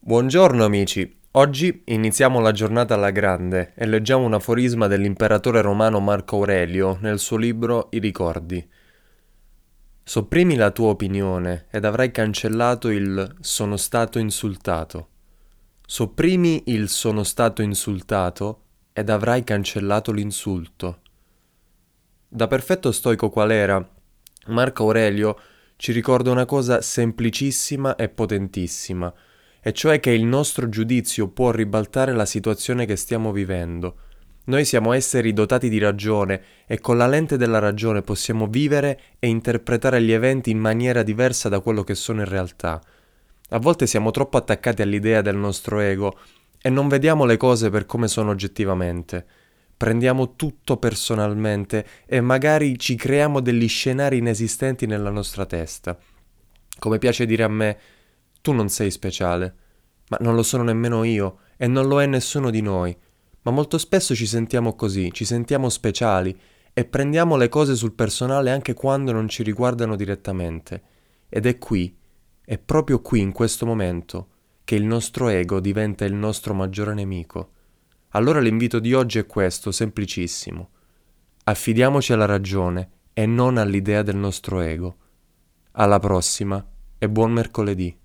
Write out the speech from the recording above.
Buongiorno amici, oggi iniziamo la giornata alla grande e leggiamo un aforisma dell'imperatore romano Marco Aurelio nel suo libro I ricordi. Sopprimi la tua opinione ed avrai cancellato il sono stato insultato. Sopprimi il sono stato insultato ed avrai cancellato l'insulto. Da perfetto stoico qual era, Marco Aurelio ci ricorda una cosa semplicissima e potentissima, e cioè che il nostro giudizio può ribaltare la situazione che stiamo vivendo. Noi siamo esseri dotati di ragione e con la lente della ragione possiamo vivere e interpretare gli eventi in maniera diversa da quello che sono in realtà. A volte siamo troppo attaccati all'idea del nostro ego e non vediamo le cose per come sono oggettivamente. Prendiamo tutto personalmente e magari ci creiamo degli scenari inesistenti nella nostra testa. Come piace dire a me, tu non sei speciale, ma non lo sono nemmeno io e non lo è nessuno di noi. Ma molto spesso ci sentiamo così, ci sentiamo speciali e prendiamo le cose sul personale anche quando non ci riguardano direttamente. Ed è proprio qui in questo momento, che il nostro ego diventa il nostro maggiore nemico. Allora l'invito di oggi è questo, semplicissimo. Affidiamoci alla ragione e non all'idea del nostro ego. Alla prossima e buon mercoledì.